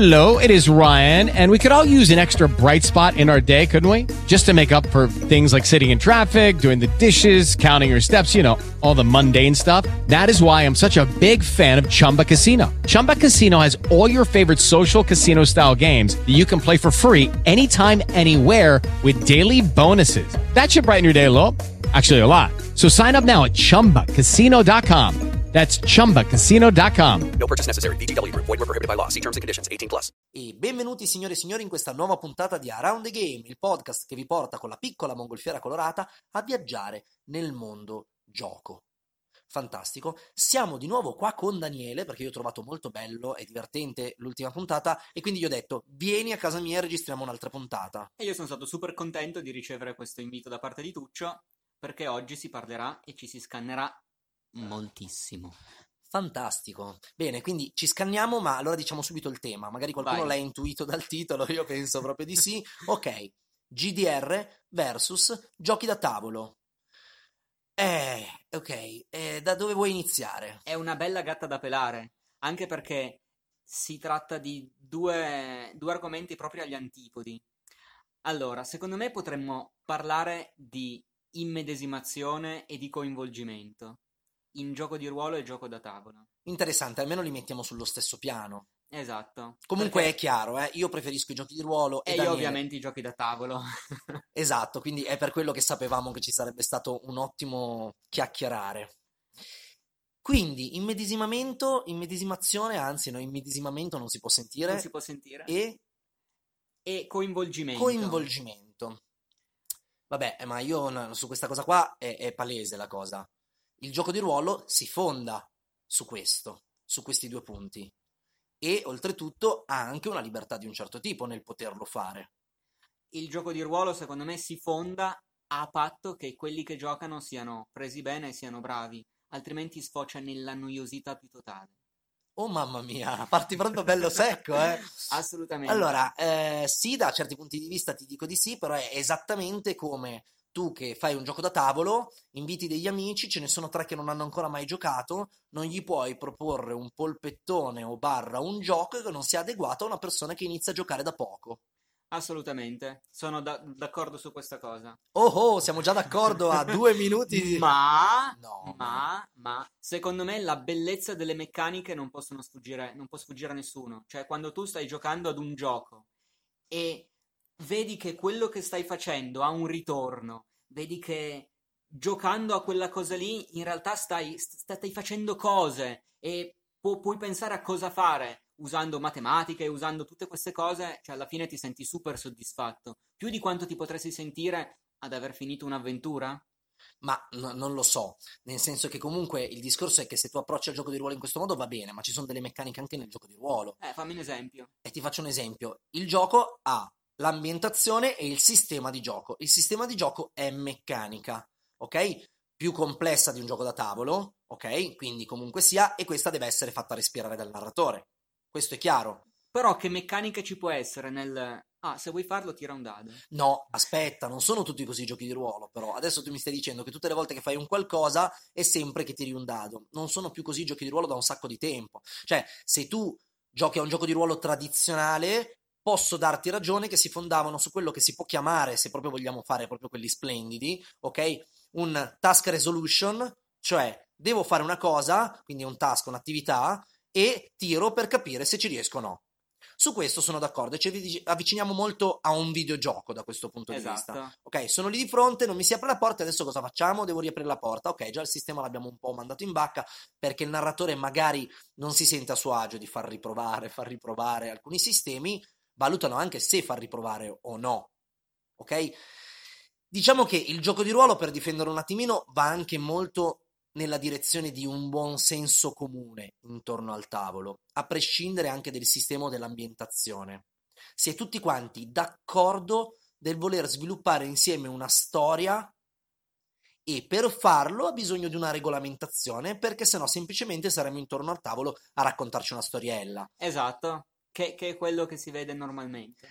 Hello, it is Ryan, and we could all use an extra bright spot in our day, couldn't we? Just to make up for things like sitting in traffic, doing the dishes, counting your steps, you know, all the mundane stuff. That is why I'm such a big fan of Chumba Casino. Chumba Casino has all your favorite social casino-style games that you can play for free anytime, anywhere with daily bonuses. That should brighten your day a little. Actually, a lot. So sign up now at ChumbaCasino.com. That's ChumbaCasino.com. No purchase necessary. VGW Group. Void where prohibited by law. See terms and conditions. 18+. E benvenuti signore e signori in questa nuova puntata di Around the Game, il podcast che vi porta con la piccola mongolfiera colorata a viaggiare nel mondo gioco. Fantastico, siamo di nuovo qua con Daniele perché io ho trovato molto bello e divertente l'ultima puntata e quindi gli ho detto vieni a casa mia e registriamo un'altra puntata. E io sono stato super contento di ricevere questo invito da parte di Tuccio, perché oggi si parlerà e ci si scannerà moltissimo. Fantastico. Bene, quindi ci scanniamo, ma allora diciamo subito il tema. Magari qualcuno Vai. l'ha intuito dal titolo, io penso proprio di sì. Ok, GDR versus giochi da tavolo. Da dove vuoi iniziare? È una bella gatta da pelare, anche perché si tratta di due argomenti proprio agli antipodi. Allora, secondo me potremmo parlare di immedesimazione e di coinvolgimento in gioco di ruolo e gioco da tavola. Interessante, almeno li mettiamo sullo stesso piano. Esatto. Comunque Perché- è chiaro, io preferisco i giochi di ruolo e E io Daniele. ovviamente i giochi da tavolo. Esatto, quindi è per quello che sapevamo che ci sarebbe stato un ottimo chiacchierare. Quindi, immedesimazione, anzi no, immedesimamento non si può sentire, Non si può sentire. e Coinvolgimento. coinvolgimento. Vabbè, ma su questa cosa qua è palese la cosa. Il gioco di ruolo si fonda su questo, su questi due punti. E oltretutto ha anche una libertà di un certo tipo nel poterlo fare. Il gioco di ruolo, secondo me, si fonda a patto che quelli che giocano siano presi bene e siano bravi, altrimenti sfocia nella noiosità più totale. Oh mamma mia, parti proprio bello secco, Assolutamente. Allora, sì, da certi punti di vista ti dico di sì, però è esattamente come tu che fai un gioco da tavolo, inviti degli amici, ce ne sono tre che non hanno ancora mai giocato, non gli puoi proporre un polpettone o barra un gioco che non sia adeguato a una persona che inizia a giocare da poco. Assolutamente, sono d'accordo su questa cosa. Oh, siamo già d'accordo a 2 minuti di... No, Ma, secondo me la bellezza delle meccaniche non può sfuggire a nessuno. Cioè, quando tu stai giocando ad un gioco e vedi che quello che stai facendo ha un ritorno, vedi che giocando a quella cosa lì in realtà stai facendo cose e puoi pensare a cosa fare usando matematiche, usando tutte queste cose, cioè alla fine ti senti super soddisfatto, più di quanto ti potresti sentire ad aver finito un'avventura? Ma non lo so, nel senso che comunque il discorso è che se tu approcci al gioco di ruolo in questo modo va bene, ma ci sono delle meccaniche anche nel gioco di ruolo. Fammi un esempio. E ti faccio un esempio. Il gioco ha l'ambientazione e il sistema di gioco. Il sistema di gioco è meccanica, ok? Più complessa di un gioco da tavolo, ok? Quindi comunque sia, e questa deve essere fatta respirare dal narratore. Questo è chiaro. Però che meccanica ci può essere nel... Ah, se vuoi farlo tira un dado. No, aspetta, non sono tutti così i giochi di ruolo, però. Adesso tu mi stai dicendo che tutte le volte che fai un qualcosa è sempre che tiri un dado. Non sono più così i giochi di ruolo da un sacco di tempo. Cioè, se tu giochi a un gioco di ruolo tradizionale, posso darti ragione che si fondavano su quello che si può chiamare, se proprio vogliamo fare proprio quelli splendidi, ok? Un task resolution, cioè devo fare una cosa, quindi un task, un'attività, e tiro per capire se ci riesco o no. Su questo sono d'accordo e ci avviciniamo molto a un videogioco da questo punto di Esatto. vista. Ok, sono lì di fronte, non mi si apre la porta, adesso cosa facciamo? Devo riaprire la porta. Ok, già il sistema l'abbiamo un po' mandato in vacca perché il narratore magari non si sente a suo agio di far riprovare alcuni sistemi, valutano anche se far riprovare o no. Ok? Diciamo che il gioco di ruolo, per difendere un attimino, va anche molto nella direzione di un buon senso comune intorno al tavolo, a prescindere anche del sistema o dell'ambientazione. Si è tutti quanti d'accordo del voler sviluppare insieme una storia e per farlo ha bisogno di una regolamentazione, perché sennò semplicemente saremo intorno al tavolo a raccontarci una storiella. Esatto, che è quello che si vede normalmente.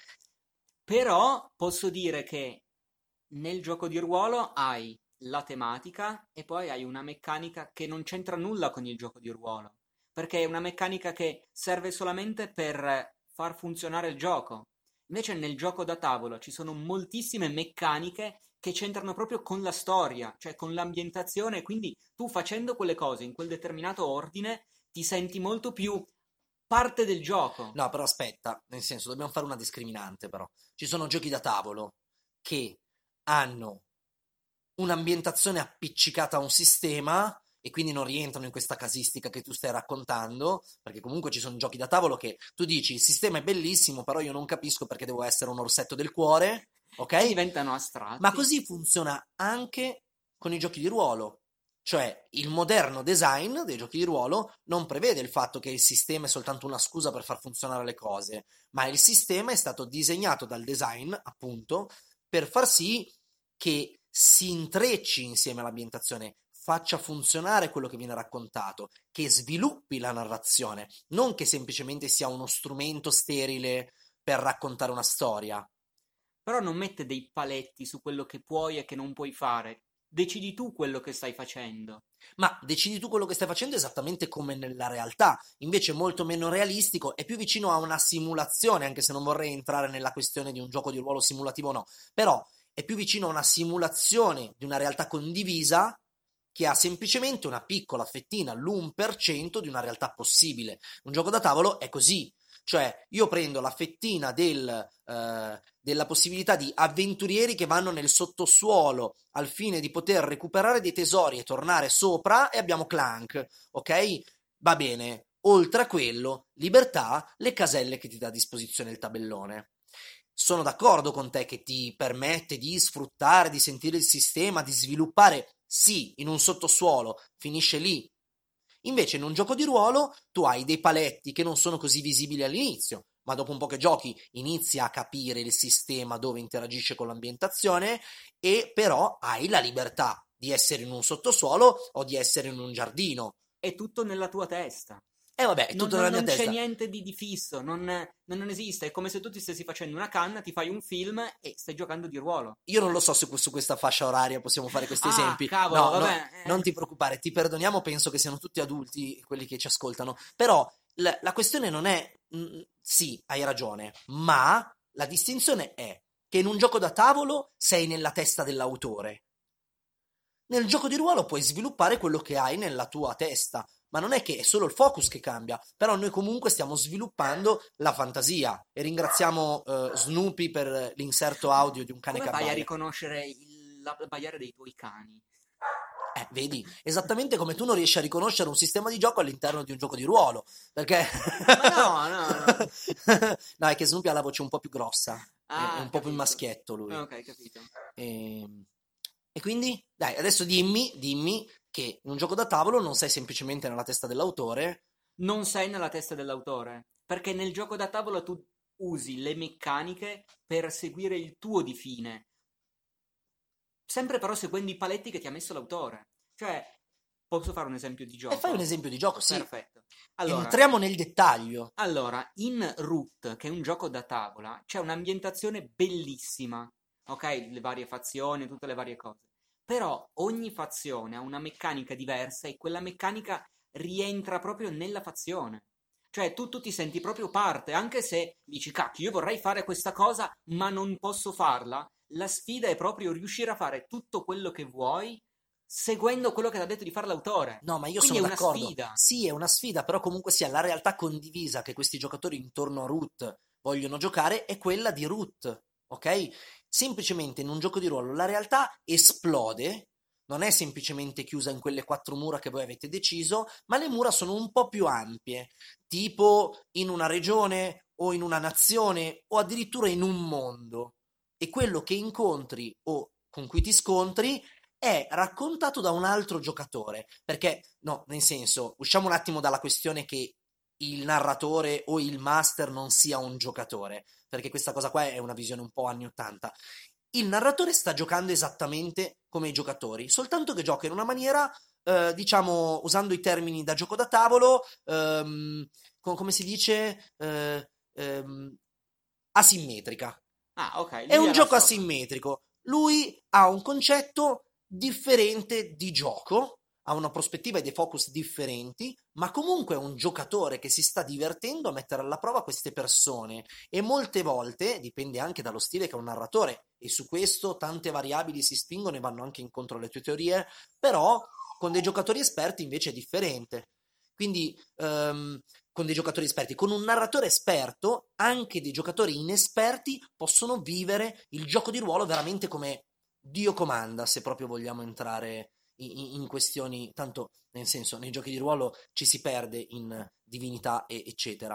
Però posso dire che nel gioco di ruolo hai la tematica e poi hai una meccanica che non c'entra nulla con il gioco di ruolo, perché è una meccanica che serve solamente per far funzionare il gioco. Invece nel gioco da tavola ci sono moltissime meccaniche che c'entrano proprio con la storia, cioè con l'ambientazione, quindi tu facendo quelle cose in quel determinato ordine ti senti molto più parte del gioco. No, però aspetta, nel senso, dobbiamo fare una discriminante, però. Ci sono giochi da tavolo che hanno un'ambientazione appiccicata a un sistema e quindi non rientrano in questa casistica che tu stai raccontando, perché comunque ci sono giochi da tavolo che tu dici il sistema è bellissimo, però io non capisco perché devo essere un orsetto del cuore, E ok? diventano astratti. Ma così funziona anche con i giochi di ruolo. Cioè, il moderno design dei giochi di ruolo non prevede il fatto che il sistema è soltanto una scusa per far funzionare le cose, ma il sistema è stato disegnato dal design, appunto, per far sì che si intrecci insieme all'ambientazione, faccia funzionare quello che viene raccontato, che sviluppi la narrazione, non che semplicemente sia uno strumento sterile per raccontare una storia. Però non mette dei paletti su quello che puoi e che non puoi fare. Decidi tu quello che stai facendo. Ma decidi tu quello che stai facendo esattamente come nella realtà, invece è molto meno realistico, è più vicino a una simulazione, anche se non vorrei entrare nella questione di un gioco di ruolo simulativo o no, però è più vicino a una simulazione di una realtà condivisa che ha semplicemente una piccola fettina, l'1% di una realtà possibile. Un gioco da tavolo è così, cioè io prendo la fettina della possibilità di avventurieri che vanno nel sottosuolo al fine di poter recuperare dei tesori e tornare sopra e abbiamo Clank, ok? Va bene. Oltre a quello, libertà, le caselle che ti dà a disposizione il tabellone. Sono d'accordo con te che ti permette di sfruttare, di sentire il sistema, di sviluppare, sì, in un sottosuolo, finisce lì. Invece in un gioco di ruolo tu hai dei paletti che non sono così visibili all'inizio, ma dopo un po' che giochi inizi a capire il sistema dove interagisce con l'ambientazione e però hai la libertà di essere in un sottosuolo o di essere in un giardino. È tutto nella tua testa. E vabbè, è tutto nella mia Non c'è testa. niente di fisso, non esiste. È come se tu ti stessi facendo una canna, ti fai un film e stai giocando di ruolo. Io non lo so se su questa fascia oraria possiamo fare questi Ah, esempi. cavolo, No, vabbè. non ti preoccupare, ti perdoniamo, penso che siano tutti adulti quelli che ci ascoltano. Però la questione non è, sì, hai ragione, ma la distinzione è che in un gioco da tavolo sei nella testa dell'autore. Nel gioco di ruolo puoi sviluppare quello che hai nella tua testa, ma non è che è solo il focus che cambia, però noi comunque stiamo sviluppando la fantasia e ringraziamo Snoopy per l'inserto audio di un cane Come che fai a abbaia. riconoscere l'abbaiare dei tuoi cani? Vedi, esattamente come tu non riesci a riconoscere un sistema di gioco all'interno di un gioco di ruolo, perché... Ma no. No, è che Snoopy ha la voce un po' più grossa, Ah, è un po' più capito. maschietto lui. Ok, capito. E quindi, dai, adesso dimmi che in un gioco da tavolo non sei semplicemente nella testa dell'autore. Non sei nella testa dell'autore, perché nel gioco da tavola tu usi le meccaniche per seguire il tuo di fine, sempre però seguendo i paletti che ti ha messo l'autore. Cioè, posso fare un esempio di gioco? E fai un esempio di gioco, sì. Perfetto. Allora, Entriamo nel dettaglio. in Root, che è un gioco da tavola, c'è un'ambientazione bellissima, ok? Le varie fazioni, tutte le varie cose. Però ogni fazione ha una meccanica diversa e quella meccanica rientra proprio nella fazione. Cioè tu ti senti proprio parte, anche se dici, cacchio, io vorrei fare questa cosa, ma non posso farla. La sfida è proprio riuscire a fare tutto quello che vuoi seguendo quello che ti ha detto di fare l'autore. No, ma io Quindi sono è una d'accordo. sfida. Sì, è una sfida, però comunque sia la realtà condivisa che questi giocatori intorno a Root vogliono giocare è quella di Root, ok? Semplicemente in un gioco di ruolo la realtà esplode, non è semplicemente chiusa in quelle 4 mura che voi avete deciso, ma le mura sono un po' più ampie, tipo in una regione o in una nazione o addirittura in un mondo. E quello che incontri o con cui ti scontri è raccontato da un altro giocatore, perché, no, nel senso, usciamo un attimo dalla questione che il narratore o il master non sia un giocatore, perché questa cosa qua è una visione un po' anni 80. Il narratore sta giocando esattamente come i giocatori, soltanto che gioca in una maniera, diciamo, usando i termini da gioco da tavolo, come si dice, asimmetrica. Ah, ok. È lui un ha la gioco sua- asimmetrico. Lui ha un concetto differente di gioco, ha una prospettiva e dei focus differenti, ma comunque è un giocatore che si sta divertendo a mettere alla prova queste persone, e molte volte dipende anche dallo stile che ha un narratore, e su questo tante variabili si spingono e vanno anche incontro alle tue teorie, però con dei giocatori esperti invece è differente. Quindi con dei giocatori esperti, con un narratore esperto, anche dei giocatori inesperti possono vivere il gioco di ruolo veramente come Dio comanda, se proprio vogliamo entrare in questioni, tanto nel senso, nei giochi di ruolo ci si perde in divinità eccetera.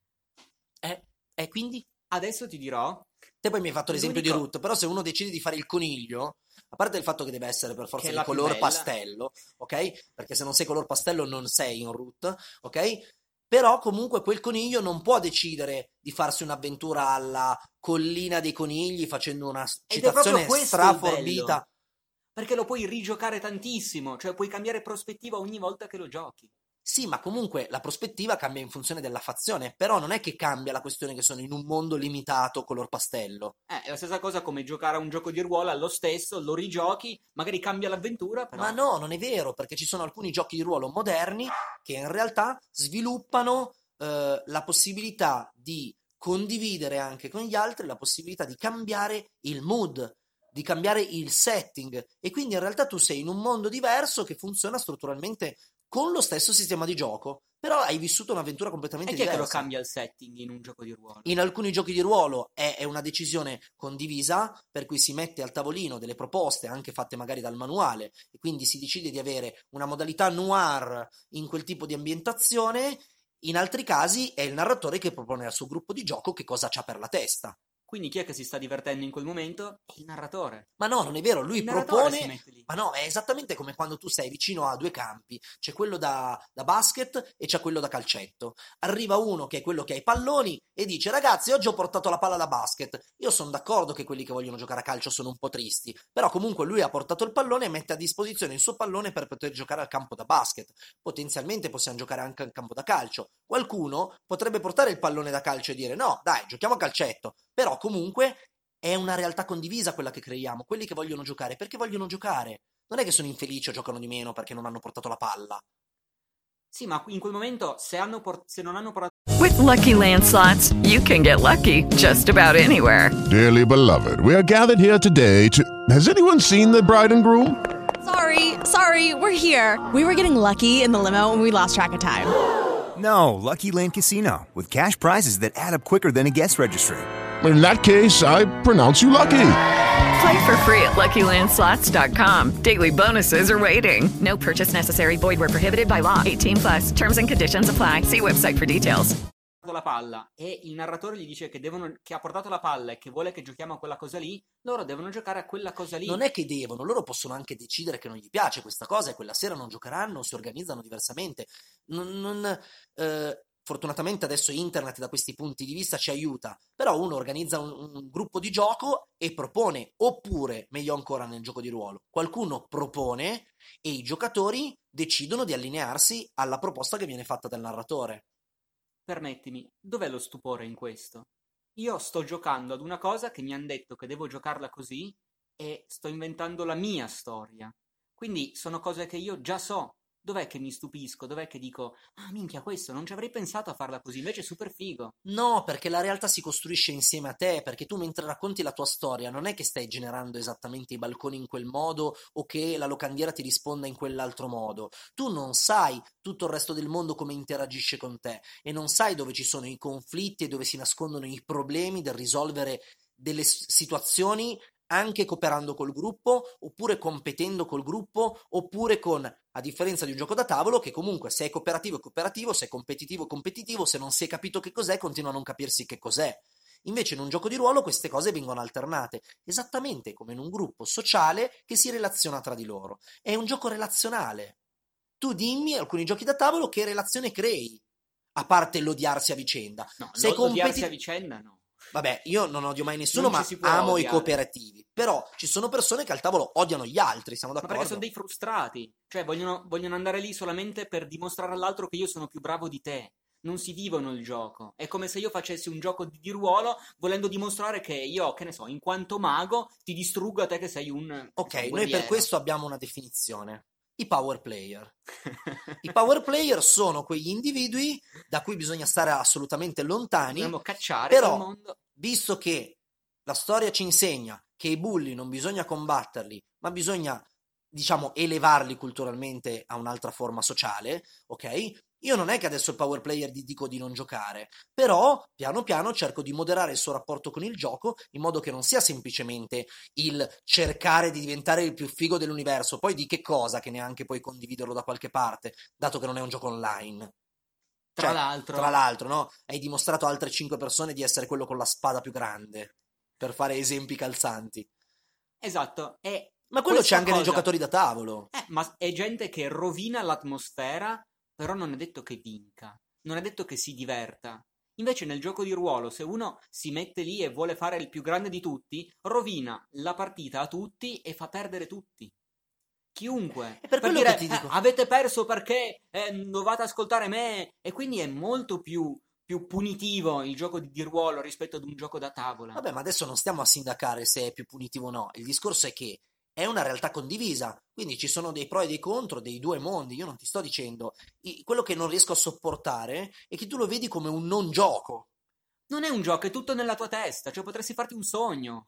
Quindi Adesso ti dirò te poi mi hai fatto l'esempio di l'unico Root, però se uno decide di fare il coniglio, a parte il fatto che deve essere per che forza è di la più color bella. pastello, ok? Perché se non sei color pastello non sei in Root, ok? Però comunque quel coniglio non può decidere di farsi un'avventura alla collina dei conigli facendo una Ed è proprio citazione questo il straforbita. bello, perché lo puoi rigiocare tantissimo, cioè puoi cambiare prospettiva ogni volta che lo giochi. Sì, ma comunque la prospettiva cambia in funzione della fazione, però non è che cambia la questione che sono in un mondo limitato color pastello. È la stessa cosa come giocare a un gioco di ruolo, allo stesso, lo rigiochi, magari cambia l'avventura, però Ma no, non è vero, perché ci sono alcuni giochi di ruolo moderni che in realtà sviluppano la possibilità di condividere anche con gli altri, la possibilità di cambiare il mood, di cambiare il setting, e quindi in realtà tu sei in un mondo diverso che funziona strutturalmente con lo stesso sistema di gioco, però hai vissuto un'avventura completamente e chi è che lo diversa. cambia il setting in un gioco di ruolo? In alcuni giochi di ruolo è una decisione condivisa, per cui si mette al tavolino delle proposte anche fatte magari dal manuale, e quindi si decide di avere una modalità noir in quel tipo di ambientazione. In altri casi è il narratore che propone al suo gruppo di gioco che cosa c'ha per la testa. Quindi chi è che si sta divertendo in quel momento? È il narratore. Ma no, non è vero, lui Il narratore si propone. mette lì. Ma no, è esattamente come quando tu sei vicino a due campi, c'è quello da basket e c'è quello da calcetto. Arriva uno che è quello che ha i palloni e dice: ragazzi, oggi ho portato la palla da basket. Io sono d'accordo che quelli che vogliono giocare a calcio sono un po' tristi, però comunque lui ha portato il pallone e mette a disposizione il suo pallone per poter giocare al campo da basket. Potenzialmente possiamo giocare anche al campo da calcio. Qualcuno potrebbe portare il pallone da calcio e dire: no, dai, giochiamo a calcetto. Però comunque è una realtà condivisa quella che creiamo. Quelli che vogliono giocare, perché vogliono giocare? Non è che sono infelici o giocano di meno perché non hanno portato la palla. Sì, ma in quel momento se non hanno portato With Lucky Land Slots, you can get lucky just about anywhere. Dearly beloved, we are gathered here today to... Has anyone seen the bride and groom? Sorry, we're here. We were getting lucky in the limo and we lost track of time. No, Lucky Land Casino, with cash prizes that add up quicker than a guest registry. In that case, I pronounce you lucky. Play for free at LuckyLandSlots.com. Daily bonuses are waiting. No purchase necessary. Void where prohibited by law. 18+. Terms and conditions apply. See website for details. la palla e il narratore gli dice che ha portato la palla e che vuole che giochiamo a quella cosa lì, loro devono giocare a quella cosa lì. Non è che devono, loro possono anche decidere che non gli piace questa cosa e quella sera non giocheranno, si organizzano diversamente. Fortunatamente adesso internet da questi punti di vista ci aiuta, però uno organizza un gruppo di gioco e propone, oppure, meglio ancora nel gioco di ruolo, qualcuno propone e i giocatori decidono di allinearsi alla proposta che viene fatta dal narratore. Permettimi, dov'è lo stupore in questo? Io sto giocando ad una cosa che mi hanno detto che devo giocarla così e sto inventando la mia storia. Quindi sono cose che io già so. Dov'è che mi stupisco? Dov'è che dico, ah minchia, questo non ci avrei pensato a farla così, invece è super figo. No, perché la realtà si costruisce insieme a te, perché tu mentre racconti la tua storia non è che stai generando esattamente i balconi in quel modo o che la locandiera ti risponda in quell'altro modo. Tu non sai tutto il resto del mondo come interagisce con te e non sai dove ci sono i conflitti e dove si nascondono i problemi del risolvere delle situazioni anche cooperando col gruppo, oppure competendo col gruppo, oppure con, a differenza di un gioco da tavolo, che comunque se è cooperativo è cooperativo, se è competitivo è competitivo, se non si è capito che cos'è, continua a non capirsi che cos'è. Invece in un gioco di ruolo queste cose vengono alternate, esattamente come in un gruppo sociale che si relaziona tra di loro. È un gioco relazionale. Tu dimmi alcuni giochi da tavolo che relazione crei, a parte l'odiarsi a vicenda. No, Se l'odiarsi a vicenda no. Vabbè, io non odio mai nessuno, Non ma ci si può amo odiare. i cooperativi. Però ci sono persone che al tavolo odiano gli altri, siamo Ma d'accordo? perché sono dei frustrati, cioè vogliono andare lì solamente per dimostrare all'altro che io sono più bravo di te. Non si vivono il gioco. È come se io facessi un gioco di ruolo volendo dimostrare che io, che ne so, in quanto mago ti distruggo a te che sei un Ok, un noi per guerriero. questo abbiamo una definizione. I power player. I power player sono quegli individui da cui bisogna stare assolutamente lontani, Dobbiamo cacciare però, dal mondo. visto che la storia ci insegna che i bulli non bisogna combatterli, ma bisogna, diciamo, elevarli culturalmente a un'altra forma sociale, ok? Io non è che adesso il power player gli dico di non giocare, però piano piano cerco di moderare il suo rapporto con il gioco in modo che non sia semplicemente il cercare di diventare il più figo dell'universo, poi di che cosa che neanche puoi condividerlo da qualche parte, dato che non è un gioco online. Tra Cioè, tra l'altro, no? Hai dimostrato a altre 5 persone di essere quello con la spada più grande, per fare esempi calzanti. Esatto. E Ma quello c'è questa anche nei cosa- giocatori da tavolo. Ma è gente che rovina l'atmosfera, però non è detto che vinca, non è detto che si diverta. Invece nel gioco di ruolo, se uno si mette lì e vuole fare il più grande di tutti, rovina la partita a tutti e fa perdere tutti. Chiunque. È per quello dire, che ti dico. avete perso perché dovete ascoltare me. E quindi è molto più punitivo il gioco di ruolo rispetto ad un gioco da tavola. Vabbè, ma adesso non stiamo a sindacare se è più punitivo o no. Il discorso è che è una realtà condivisa, quindi ci sono dei pro e dei contro dei due mondi. Io non ti sto dicendo. Quello che non riesco a sopportare è che tu lo vedi come un non gioco. Non è un gioco, è tutto nella tua testa, cioè potresti farti un sogno.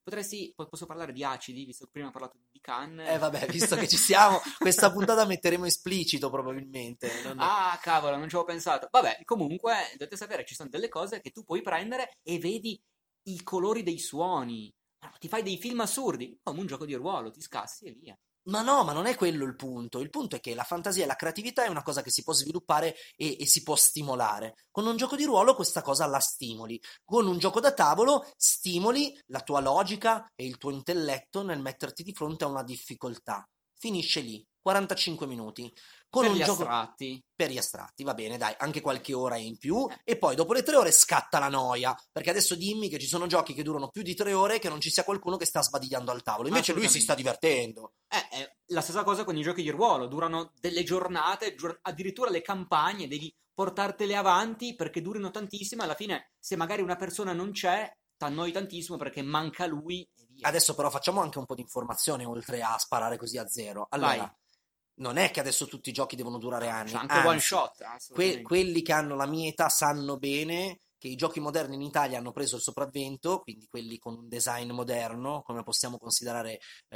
Posso parlare di acidi, visto che prima ho parlato di canne. Vabbè, visto che ci siamo, questa puntata metteremo esplicito probabilmente. Ah, cavolo, non ci avevo pensato. Vabbè, comunque, dovete sapere, ci sono delle cose che tu puoi prendere e vedi i colori dei suoni. Ti fai dei film assurdi, come un gioco di ruolo, ti scassi e via. Ma no, ma non è quello il punto. Il punto è che la fantasia e la creatività è una cosa che si può sviluppare e si può stimolare. Con un gioco di ruolo questa cosa la stimoli. Con un gioco da tavolo stimoli la tua logica e il tuo intelletto nel metterti di fronte a una difficoltà. Finisce lì, 45 minuti. Con Per un gli gioco astratti. per gli astratti, va bene, dai, anche qualche ora in più e poi dopo le 3 ore scatta la noia, perché adesso dimmi che ci sono giochi che durano più di 3 ore e che non ci sia qualcuno che sta sbadigliando al tavolo. Invece lui si sta divertendo. È la stessa cosa con i giochi di ruolo, durano delle giornate, addirittura le campagne, devi portartele avanti perché durino tantissimo e alla fine, se magari una persona non c'è, t'annoi tantissimo perché manca lui e via. Adesso però facciamo anche un po' di informazione oltre a sparare così a zero. Allora, Vai. non è che adesso tutti i giochi devono durare anni, C'è anche anzi, one shot, assolutamente. quelli che hanno la mia età sanno bene che i giochi moderni in Italia hanno preso il sopravvento, quindi quelli con un design moderno, come possiamo considerare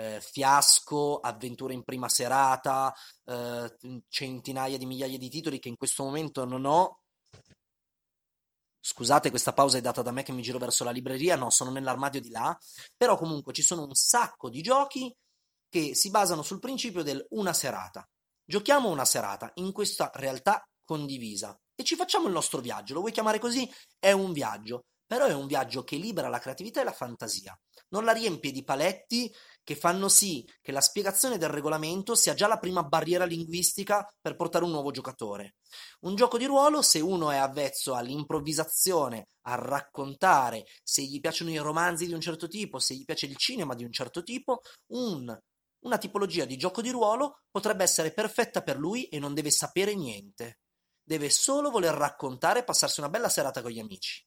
Fiasco, Avventure in prima serata, centinaia di migliaia di titoli che in questo momento non ho. Scusate, questa pausa è data da me che mi giro verso la libreria, no, sono nell'armadio di là, però comunque ci sono un sacco di giochi che si basano sul principio del una serata. Giochiamo una serata in questa realtà condivisa e ci facciamo il nostro viaggio. Lo vuoi chiamare così? È un viaggio, però è un viaggio che libera la creatività e la fantasia. Non la riempie di paletti che fanno sì che la spiegazione del regolamento sia già la prima barriera linguistica per portare un nuovo giocatore. Un gioco di ruolo, se uno è avvezzo all'improvvisazione, a raccontare, se gli piacciono i romanzi di un certo tipo, se gli piace il cinema di un certo tipo, una tipologia di gioco di ruolo potrebbe essere perfetta per lui e non deve sapere niente. Deve solo voler raccontare e passarsi una bella serata con gli amici.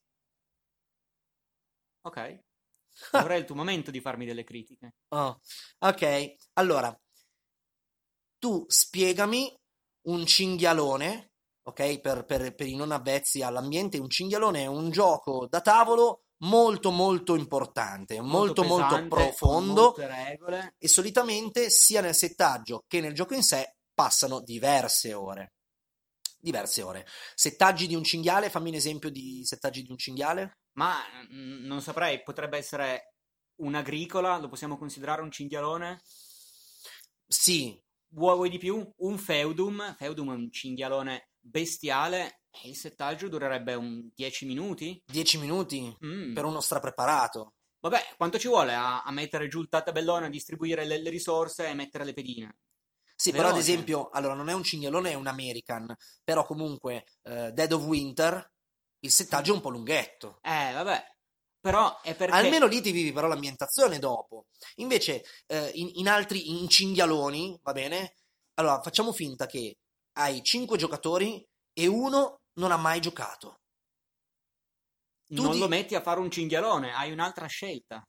Ok. Ora è il tuo momento di farmi delle critiche. Oh, ok, allora, tu spiegami un cinghialone, ok? Per i non avvezzi all'ambiente, un cinghialone è un gioco da tavolo molto molto importante, molto pesante, profondo con molte regole. e solitamente sia nel settaggio che nel gioco in sé passano diverse ore. Diverse ore. Settaggi di un cinghiale, fammi un esempio di settaggi di un cinghiale. Ma non saprei, potrebbe essere un'agricola, lo possiamo considerare un cinghialone? Sì, Vuoi di più? Un feudum è un cinghialone bestiale e il settaggio durerebbe 10 minuti? 10 minuti Mm. per uno strapreparato. Vabbè, quanto ci vuole a mettere giù il tabellone, a distribuire le risorse e mettere le pedine? Sì, però ad Veloce. esempio, allora non è un cinghialone, è un American, però comunque Dead of Winter, il settaggio è un po' lunghetto. Vabbè, però è perché... Almeno lì ti vivi però l'ambientazione dopo. Invece in cinghialoni, va bene? Allora facciamo finta che hai 5 giocatori e uno non ha mai giocato. non lo metti a fare un cinghialone, hai un'altra scelta.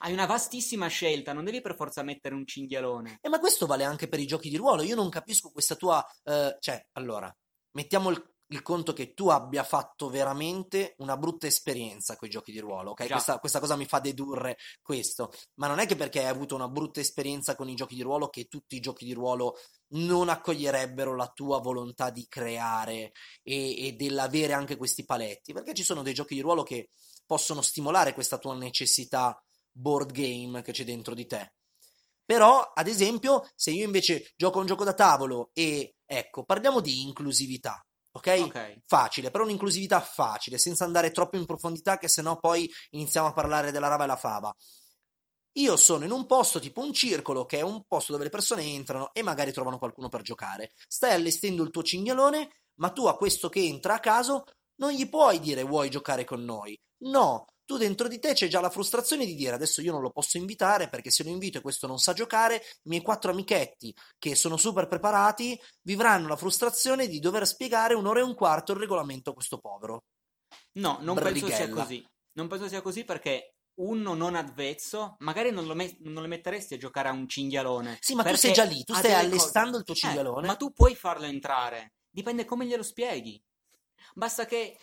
Hai una vastissima scelta, non devi per forza mettere un cinghialone. Ma questo vale anche per i giochi di ruolo. Io non capisco questa tua... allora, mettiamo il conto che tu abbia fatto veramente una brutta esperienza con i giochi di ruolo, ok? Già. Questa cosa mi fa dedurre questo. Ma non è che perché hai avuto una brutta esperienza con i giochi di ruolo che tutti i giochi di ruolo non accoglierebbero la tua volontà di creare e dell'avere anche questi paletti. Perché ci sono dei giochi di ruolo che possono stimolare questa tua necessità board game che c'è dentro di te. Però, ad esempio, se io invece gioco a un gioco da tavolo e, ecco, parliamo di inclusività, ok? Ok. Facile, però un'inclusività facile, senza andare troppo in profondità, che sennò poi iniziamo a parlare della rava e la fava. Io sono in un posto tipo un circolo, che è un posto dove le persone entrano e magari trovano qualcuno per giocare. Stai allestendo il tuo cinghialone, ma tu a questo che entra a caso non gli puoi dire vuoi giocare con noi. No, tu dentro di te c'è già la frustrazione di dire adesso io non lo posso invitare perché se lo invito e questo non sa giocare, i miei 4 amichetti che sono super preparati vivranno la frustrazione di dover spiegare 1 ora e un quarto il regolamento a questo povero. No, non penso sia Brighella. così. Non penso sia così perché uno non avvezzo, magari non lo metteresti a giocare a un cinghialone. Sì, ma tu perché sei già lì, tu ha stai delle allestando il tuo cinghialone. Ma tu puoi farlo entrare. Dipende come glielo spieghi. Basta che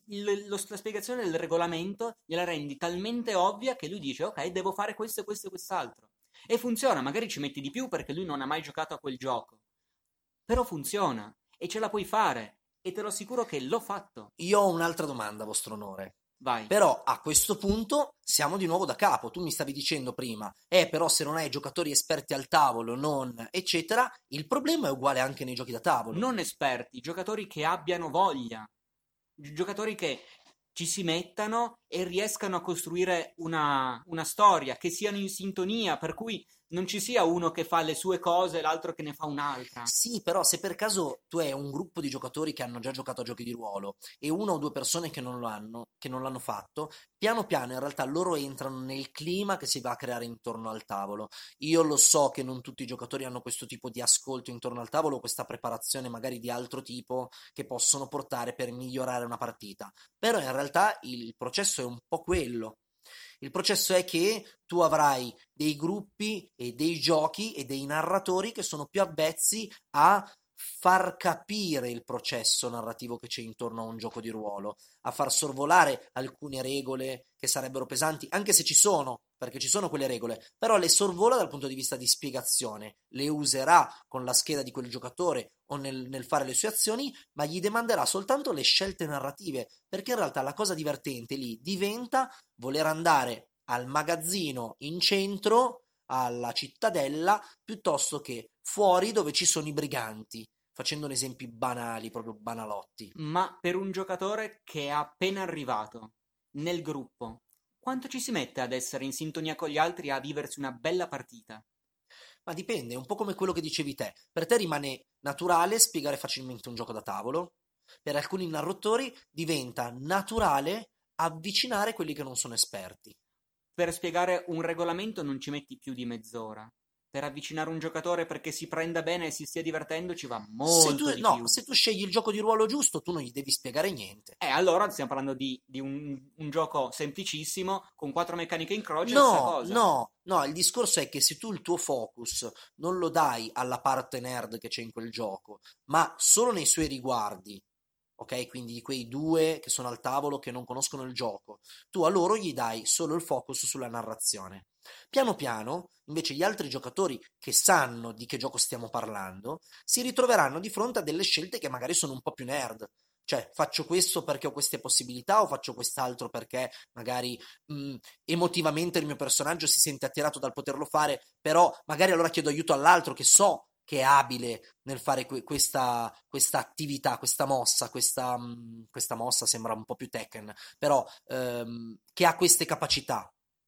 la spiegazione del regolamento gliela rendi talmente ovvia che lui dice ok, devo fare questo e questo e quest'altro. E funziona, magari ci metti di più perché lui non ha mai giocato a quel gioco. Però funziona e ce la puoi fare e te lo assicuro che l'ho fatto. Io ho un'altra domanda, vostro onore. Vai. Però a questo punto siamo di nuovo da capo. Tu mi stavi dicendo prima, però se non hai giocatori esperti al tavolo, non eccetera, il problema è uguale anche nei giochi da tavolo. Non esperti, giocatori che abbiano voglia, giocatori che ci si mettano e riescano a costruire una storia, che siano in sintonia, per cui non ci sia uno che fa le sue cose e l'altro che ne fa un'altra. Sì, però se per caso tu hai un gruppo di giocatori che hanno già giocato a giochi di ruolo e 1 o 2 persone che non l'hanno fatto, piano piano in realtà loro entrano nel clima che si va a creare intorno al tavolo. Io lo so che non tutti i giocatori hanno questo tipo di ascolto intorno al tavolo, questa preparazione magari di altro tipo che possono portare per migliorare una partita, però in realtà il processo è un po' quello. Il processo è che tu avrai dei gruppi e dei giochi e dei narratori che sono più avvezzi a far capire il processo narrativo che c'è intorno a un gioco di ruolo, a far sorvolare alcune regole che sarebbero pesanti, anche se ci sono, perché ci sono quelle regole, però le sorvola dal punto di vista di spiegazione, le userà con la scheda di quel giocatore o nel fare le sue azioni, ma gli demanderà soltanto le scelte narrative, perché in realtà la cosa divertente lì diventa voler andare al magazzino in centro, alla cittadella, piuttosto che fuori dove ci sono i briganti, facendo esempi banali, proprio banalotti. Ma per un giocatore che è appena arrivato nel gruppo, quanto ci si mette ad essere in sintonia con gli altri e a viversi una bella partita? Ma dipende, è un po' come quello che dicevi te. Per te rimane naturale spiegare facilmente un gioco da tavolo, per alcuni narratori diventa naturale avvicinare quelli che non sono esperti. Per spiegare un regolamento non ci metti più di mezz'ora. Per avvicinare un giocatore perché si prenda bene e si stia divertendo ci va molto di più. Se tu scegli il gioco di ruolo giusto, tu non gli devi spiegare niente. Allora stiamo parlando di un gioco semplicissimo con 4 meccaniche in croce. Stessa cosa. No, il discorso è che se tu il tuo focus non lo dai alla parte nerd che c'è in quel gioco, ma solo nei suoi riguardi, ok? Quindi di quei 2 che sono al tavolo che non conoscono il gioco, tu a loro gli dai solo il focus sulla narrazione. Piano piano, invece, gli altri giocatori che sanno di che gioco stiamo parlando si ritroveranno di fronte a delle scelte che magari sono un po' più nerd. Cioè, faccio questo perché ho queste possibilità o faccio quest'altro perché magari emotivamente il mio personaggio si sente attirato dal poterlo fare, però magari allora chiedo aiuto all'altro che so che è abile nel fare questa attività, questa mossa, questa mossa sembra un po' più Tekken, però che ha queste capacità.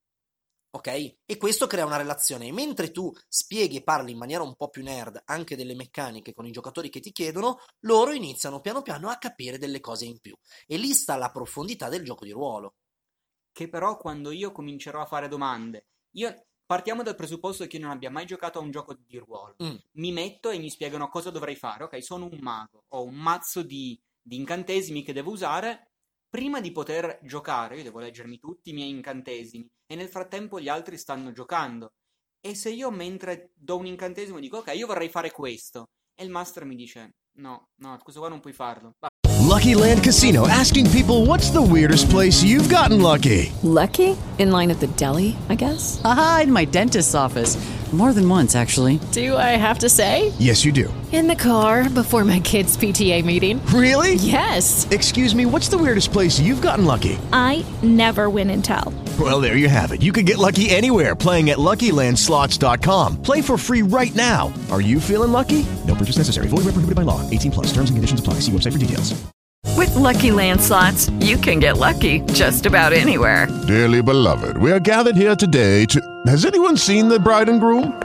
Ok? E questo crea una relazione. E mentre tu spieghi e parli in maniera un po' più nerd anche delle meccaniche con i giocatori che ti chiedono, loro iniziano piano piano a capire delle cose in più. E lì sta la profondità del gioco di ruolo. Che però quando io comincerò a fare domande, partiamo dal presupposto che io non abbia mai giocato a un gioco di ruolo. Mi metto e mi spiegano cosa dovrei fare. Ok, sono un mago, ho un mazzo di incantesimi che devo usare. prima di poter giocare, io devo leggermi tutti i miei incantesimi e nel frattempo gli altri stanno giocando. E se io mentre do un incantesimo dico ok, io vorrei fare questo, e il master mi dice no, questo qua non puoi farlo. Lucky Land Casino, asking people, what's the weirdest place you've gotten lucky? Lucky? In line at the deli, I guess? Aha, in my dentist's office. More than once, actually. Do I have to say? Yes, you do. In the car before my kids' PTA meeting. Really? Yes. Excuse me, what's the weirdest place you've gotten lucky? I never win and tell. Well, there you have it. You can get lucky anywhere, playing at LuckyLandSlots.com. Play for free right now. Are you feeling lucky? No purchase necessary. Void where prohibited by law. 18+. Terms and conditions apply. See website for details. With Lucky Land Slots, you can get lucky just about anywhere. Dearly beloved, we are gathered here today to... Has anyone seen the bride and groom?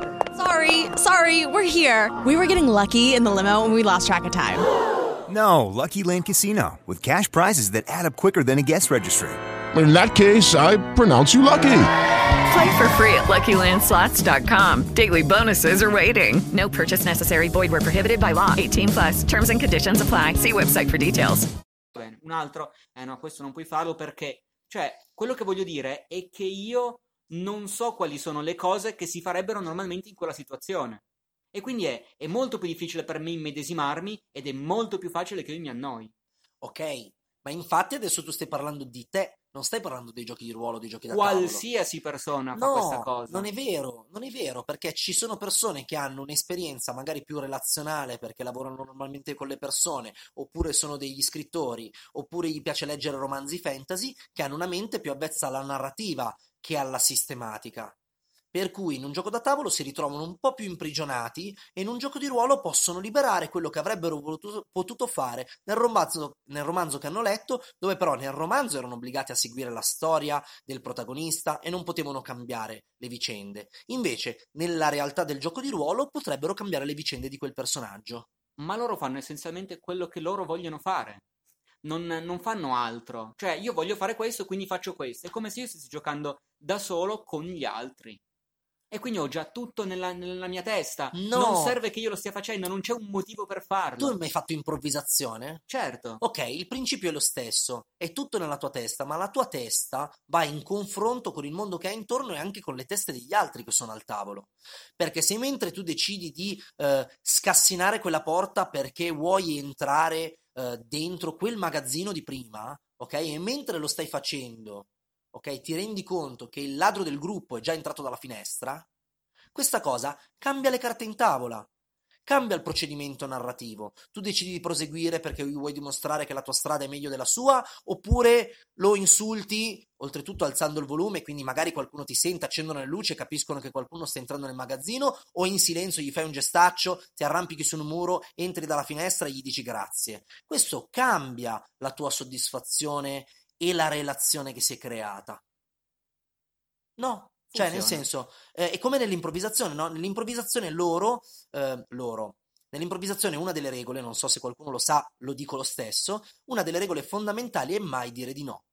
Sorry, we're here. We were getting lucky in the limo and we lost track of time. No, Lucky Land Casino, with cash prizes that add up quicker than a guest registry. In that case, I pronounce you lucky. Play for free at LuckyLandSlots.com. Daily bonuses are waiting. No purchase necessary. Void where prohibited by law. 18+. Terms and conditions apply. See website for details. Bene, un altro, no, questo non puoi farlo perché, cioè, quello che voglio dire è che io non so quali sono le cose che si farebbero normalmente in quella situazione. E quindi è molto più difficile per me immedesimarmi ed è molto più facile che io mi annoi. Ok, ma infatti adesso tu stai parlando di te, non stai parlando dei giochi di ruolo, dei giochi da tavolo. Qualsiasi persona fa questa cosa. Non è vero, perché ci sono persone che hanno un'esperienza magari più relazionale perché lavorano normalmente con le persone, oppure sono degli scrittori, oppure gli piace leggere romanzi fantasy, che hanno una mente più avvezza alla narrativa che alla sistematica. Per cui in un gioco da tavolo si ritrovano un po' più imprigionati e in un gioco di ruolo possono liberare quello che avrebbero potuto fare nel romanzo che hanno letto, dove però nel romanzo erano obbligati a seguire la storia del protagonista e non potevano cambiare le vicende. Invece, nella realtà del gioco di ruolo potrebbero cambiare le vicende di quel personaggio. Ma loro fanno essenzialmente quello che loro vogliono fare. Non fanno altro. Cioè, io voglio fare questo, quindi faccio questo. È come se io stessi giocando da solo con gli altri. E quindi ho già tutto nella mia testa. No. Non serve che io lo stia facendo, non c'è un motivo per farlo. Tu hai mai fatto improvvisazione? Certo. Ok, il principio è lo stesso, è tutto nella tua testa, ma la tua testa va in confronto con il mondo che hai intorno e anche con le teste degli altri che sono al tavolo. Perché se mentre tu decidi di scassinare quella porta perché vuoi entrare dentro quel magazzino di prima, ok, e mentre lo stai facendo, ok, ti rendi conto che il ladro del gruppo è già entrato dalla finestra, questa cosa cambia le carte in tavola, cambia il procedimento narrativo. Tu decidi di proseguire perché vuoi dimostrare che la tua strada è meglio della sua, oppure lo insulti, oltretutto alzando il volume, quindi magari qualcuno ti sente, accendono le luci e capiscono che qualcuno sta entrando nel magazzino, o in silenzio gli fai un gestaccio, ti arrampichi su un muro, entri dalla finestra e gli dici grazie. Questo cambia la tua soddisfazione e la relazione che si è creata. No, cioè nel senso, è come nell'improvvisazione, no? Nell'improvvisazione nell'improvvisazione una delle regole, non so se qualcuno lo sa, lo dico lo stesso, una delle regole fondamentali è mai dire di no.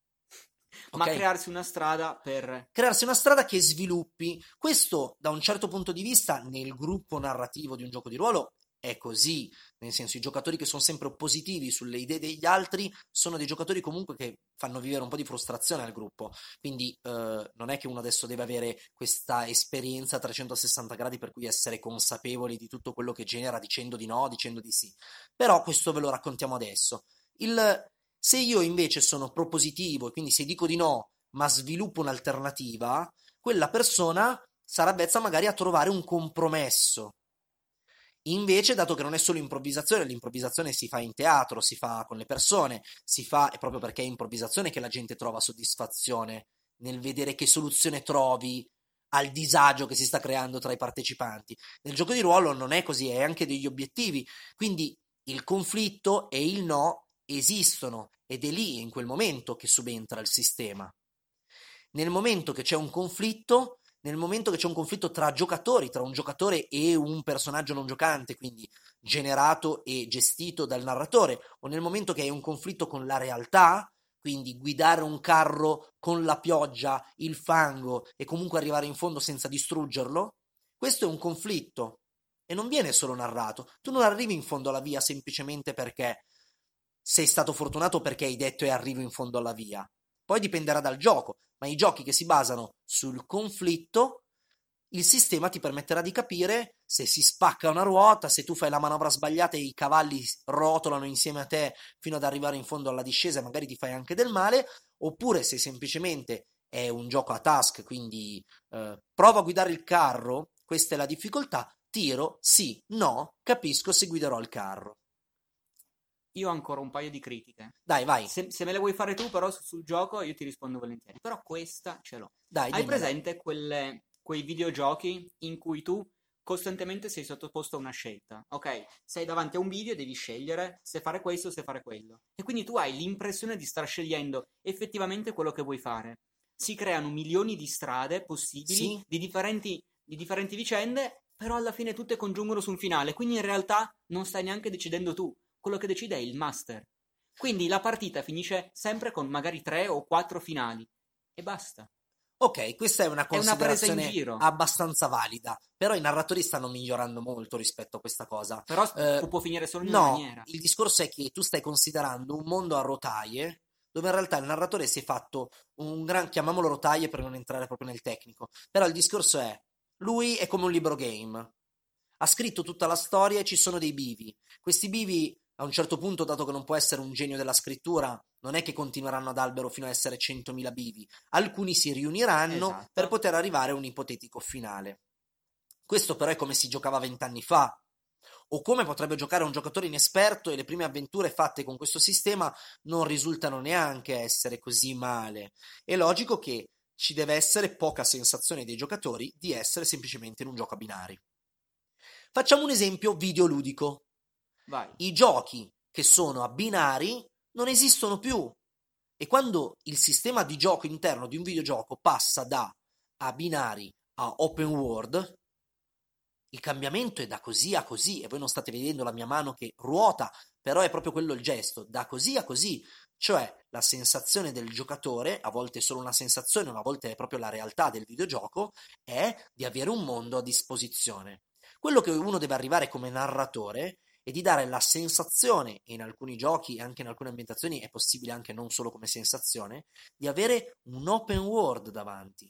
Ma Okay? crearsi una strada per... Crearsi una strada che sviluppi. Questo, da un certo punto di vista, nel gruppo narrativo di un gioco di ruolo è così, nel senso i giocatori che sono sempre oppositivi sulle idee degli altri sono dei giocatori comunque che fanno vivere un po' di frustrazione al gruppo, quindi non è che uno adesso deve avere questa esperienza a 360 gradi per cui essere consapevoli di tutto quello che genera dicendo di no, dicendo di sì, però questo ve lo raccontiamo adesso. Se io invece sono propositivo e quindi se dico di no ma sviluppo un'alternativa, quella persona sarà avvezza magari a trovare un compromesso. Invece, dato che non è solo improvvisazione, l'improvvisazione si fa in teatro, si fa con le persone, è proprio perché è improvvisazione che la gente trova soddisfazione nel vedere che soluzione trovi al disagio che si sta creando tra i partecipanti. Nel gioco di ruolo non è così, è anche degli obiettivi, quindi il conflitto e il no esistono ed è lì, in quel momento, che subentra il sistema. Nel momento che c'è un conflitto tra giocatori, tra un giocatore e un personaggio non giocante, quindi generato e gestito dal narratore, o nel momento che hai un conflitto con la realtà, quindi guidare un carro con la pioggia, il fango e comunque arrivare in fondo senza distruggerlo, questo è un conflitto e non viene solo narrato. Tu non arrivi in fondo alla via semplicemente perché sei stato fortunato perché hai detto e arrivo in fondo alla via. Poi dipenderà dal gioco, ma i giochi che si basano sul conflitto, il sistema ti permetterà di capire se si spacca una ruota, se tu fai la manovra sbagliata e i cavalli rotolano insieme a te fino ad arrivare in fondo alla discesa e magari ti fai anche del male, oppure se semplicemente è un gioco a task, quindi prova a guidare il carro, questa è la difficoltà, tiro, sì, no, capisco se guiderò il carro. Io ho ancora un paio di critiche. Dai, vai. Se me le vuoi fare tu, però, sul gioco, io ti rispondo volentieri. Però questa ce l'ho. Dai, Hai dimmela. presente quei videogiochi in cui tu costantemente sei sottoposto a una scelta? Ok, sei davanti a un video e devi scegliere se fare questo o se fare quello. E quindi tu hai l'impressione di star scegliendo effettivamente quello che vuoi fare. Si creano milioni di strade possibili, Sì. di differenti vicende, però alla fine tutte congiungono su un finale. Quindi in realtà non stai neanche decidendo tu. Quello che decide è il master. Quindi la partita finisce sempre con magari 3 o 4 finali. E basta. Ok, questa è una È una presa in considerazione giro. abbastanza valida, però i narratori stanno migliorando molto rispetto a questa cosa. Però può finire solo in una No, maniera. il discorso è che tu stai considerando un mondo a rotaie, dove in realtà il narratore si è fatto un gran, chiamiamolo rotaie per non entrare proprio nel tecnico, però il discorso è, lui è come un libro game, ha scritto tutta la storia e ci sono dei bivi. Questi bivi, a un certo punto, dato che non può essere un genio della scrittura, non è che continueranno ad albero fino a essere 100.000 bivi. Alcuni si riuniranno Esatto. per poter arrivare a un ipotetico finale. Questo però è come si giocava 20 anni fa, o come potrebbe giocare un giocatore inesperto, e le prime avventure fatte con questo sistema non risultano neanche essere così male. È logico che ci deve essere poca sensazione dei giocatori di essere semplicemente in un gioco a binari. Facciamo un esempio videoludico. Vai. I giochi che sono a binari non esistono più, e quando il sistema di gioco interno di un videogioco passa da a binari a open world, il cambiamento è da così a così, e voi non state vedendo la mia mano che ruota, però è proprio quello il gesto, da così a così, cioè la sensazione del giocatore, a volte è solo una sensazione, ma a volte è proprio la realtà del videogioco, è di avere un mondo a disposizione. Quello che uno deve arrivare come narratore e di dare la sensazione, e in alcuni giochi e anche in alcune ambientazioni è possibile anche non solo come sensazione, di avere un open world davanti.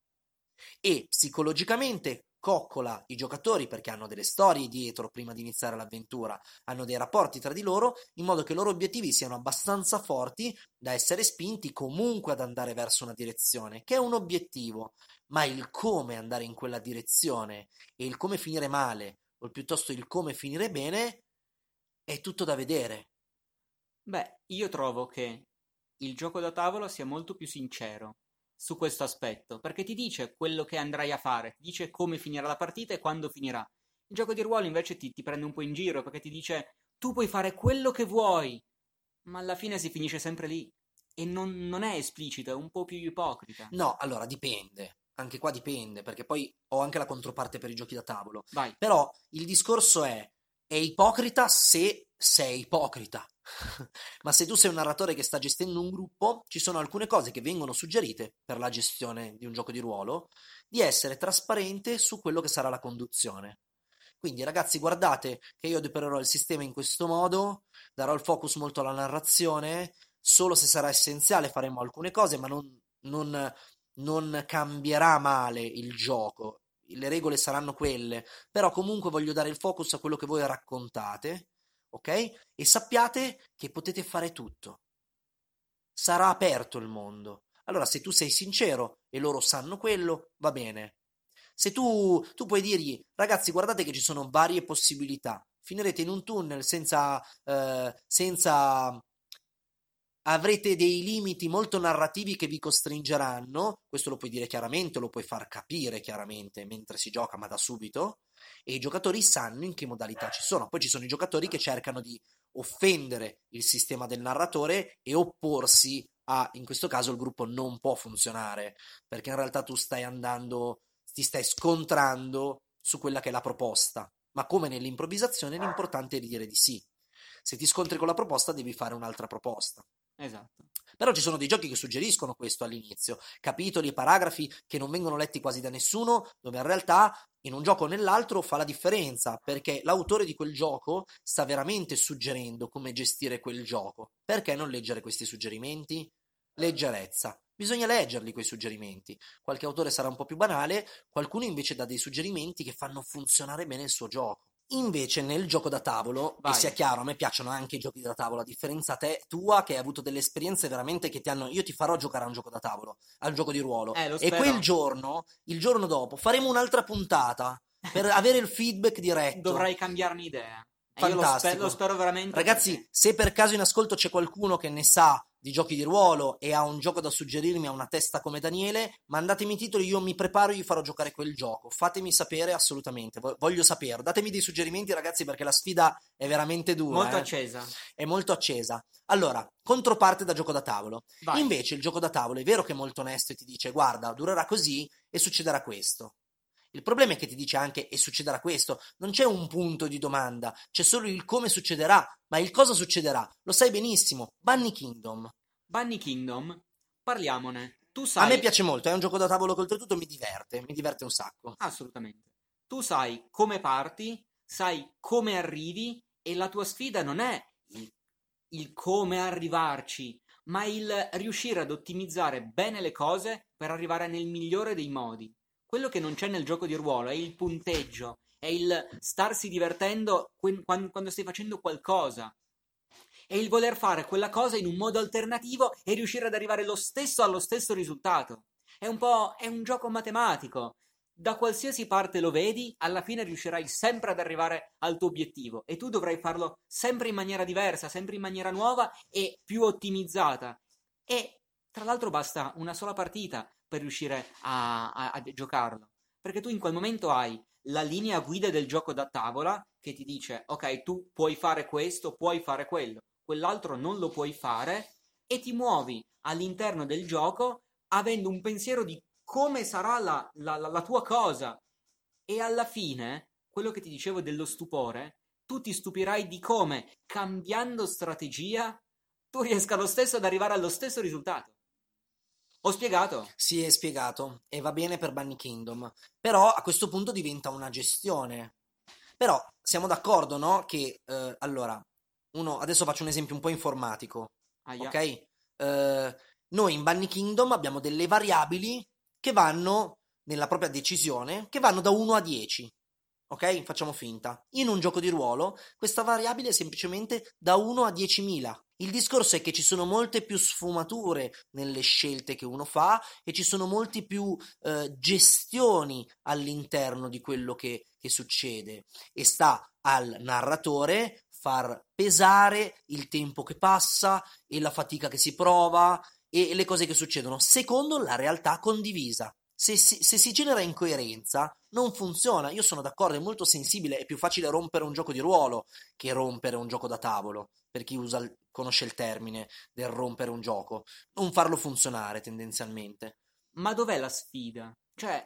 E psicologicamente coccola i giocatori perché hanno delle storie dietro prima di iniziare l'avventura, hanno dei rapporti tra di loro, in modo che i loro obiettivi siano abbastanza forti da essere spinti comunque ad andare verso una direzione, che è un obiettivo, ma il come andare in quella direzione e il come finire male, o piuttosto il come finire bene, è tutto da vedere. Beh, io trovo che il gioco da tavola sia molto più sincero su questo aspetto, perché ti dice quello che andrai a fare, ti dice come finirà la partita e quando finirà. Il gioco di ruolo invece ti prende un po' in giro, perché ti dice tu puoi fare quello che vuoi, ma alla fine si finisce sempre lì. E non è esplicito, è un po' più ipocrita. No, allora dipende. Anche qua dipende, perché poi ho anche la controparte per i giochi da tavolo. Vai. Però il discorso è ipocrita se sei ipocrita. Ma se tu sei un narratore che sta gestendo un gruppo, ci sono alcune cose che vengono suggerite per la gestione di un gioco di ruolo, di essere trasparente su quello che sarà la conduzione. Quindi ragazzi, guardate che io adopererò il sistema in questo modo, darò il focus molto alla narrazione, solo se sarà essenziale faremo alcune cose, ma non cambierà male il gioco, le regole saranno quelle, però comunque voglio dare il focus a quello che voi raccontate, ok? E sappiate che potete fare tutto. Sarà aperto il mondo. Allora, se tu sei sincero e loro sanno quello, va bene. Se tu puoi dirgli, ragazzi, guardate che ci sono varie possibilità, finirete in un tunnel senza avrete dei limiti molto narrativi che vi costringeranno, questo lo puoi dire chiaramente, lo puoi far capire chiaramente mentre si gioca, ma da subito, e i giocatori sanno in che modalità ci sono. Poi ci sono i giocatori che cercano di offendere il sistema del narratore e opporsi a, in questo caso il gruppo non può funzionare, perché in realtà tu ti stai scontrando su quella che è la proposta, ma come nell'improvvisazione l'importante è dire di sì. Se ti scontri con la proposta devi fare un'altra proposta. Esatto. Però ci sono dei giochi che suggeriscono questo all'inizio, capitoli e paragrafi che non vengono letti quasi da nessuno, dove in realtà in un gioco o nell'altro fa la differenza, perché l'autore di quel gioco sta veramente suggerendo come gestire quel gioco. Perché non leggere questi suggerimenti? Leggerezza. Bisogna leggerli quei suggerimenti. Qualche autore sarà un po' più banale, qualcuno invece dà dei suggerimenti che fanno funzionare bene il suo gioco. Invece nel gioco da tavolo, Vai. e sia chiaro, a me piacciono anche i giochi da tavolo, a differenza tua che hai avuto delle esperienze veramente che ti hanno... Io ti farò giocare a un gioco da tavolo, a un gioco di ruolo, Lo e spero. quel giorno, il giorno dopo, faremo un'altra puntata per avere il feedback diretto. Dovrai cambiarmi idea. Io Fantastico. lo spero veramente. Ragazzi, perché- se per caso in ascolto c'è qualcuno che ne sa di giochi di ruolo e ha un gioco da suggerirmi, ha una testa come Daniele, mandatemi i titoli, io mi preparo e gli farò giocare quel gioco. Fatemi sapere assolutamente, voglio sapere. Datemi dei suggerimenti, ragazzi, perché la sfida è veramente dura. Molto accesa. È molto accesa. Allora, controparte da gioco da tavolo. Vai. Invece il gioco da tavolo è vero che è molto onesto e ti dice guarda, durerà così e succederà questo. Il problema è che ti dice anche e succederà questo, non c'è un punto di domanda, c'è solo il come succederà, ma il cosa succederà lo sai benissimo. Bunny Kingdom. Bunny Kingdom, parliamone. Tu A sai... me piace molto, è un gioco da tavolo che oltretutto mi diverte un sacco. Assolutamente. Tu sai come parti, sai come arrivi e la tua sfida non è il come arrivarci, ma il riuscire ad ottimizzare bene le cose per arrivare nel migliore dei modi. Quello che non c'è nel gioco di ruolo è il punteggio, è il starsi divertendo quando stai facendo qualcosa. È il voler fare quella cosa in un modo alternativo e riuscire ad arrivare allo stesso risultato. È un gioco matematico. Da qualsiasi parte lo vedi, alla fine riuscirai sempre ad arrivare al tuo obiettivo e tu dovrai farlo sempre in maniera diversa, sempre in maniera nuova e più ottimizzata. E tra l'altro basta una sola partita per riuscire a giocarlo, perché tu in quel momento hai la linea guida del gioco da tavola che ti dice ok, tu puoi fare questo, puoi fare quello, quell'altro non lo puoi fare, e ti muovi all'interno del gioco avendo un pensiero di come sarà la tua cosa, e alla fine, quello che ti dicevo dello stupore, tu ti stupirai di come, cambiando strategia, tu riesca lo stesso ad arrivare allo stesso risultato. Ho spiegato? Sì, è spiegato e va bene per Bunny Kingdom, però a questo punto diventa una gestione. Però siamo d'accordo, no? Che allora, adesso faccio un esempio un po' informatico, Aia. ok? Noi in Bunny Kingdom abbiamo delle variabili che vanno nella propria decisione, che vanno da 1 a 10. Ok? Facciamo finta. In un gioco di ruolo, questa variabile è semplicemente da 1 a 10.000. Il discorso è che ci sono molte più sfumature nelle scelte che uno fa e ci sono molti più gestioni all'interno di quello che succede, e sta al narratore far pesare il tempo che passa e la fatica che si prova e le cose che succedono secondo la realtà condivisa. Se si genera incoerenza, non funziona. Io sono d'accordo, è molto sensibile, è più facile rompere un gioco di ruolo che rompere un gioco da tavolo, per chi conosce il termine del rompere un gioco, non farlo funzionare tendenzialmente. Ma dov'è la sfida? Cioè,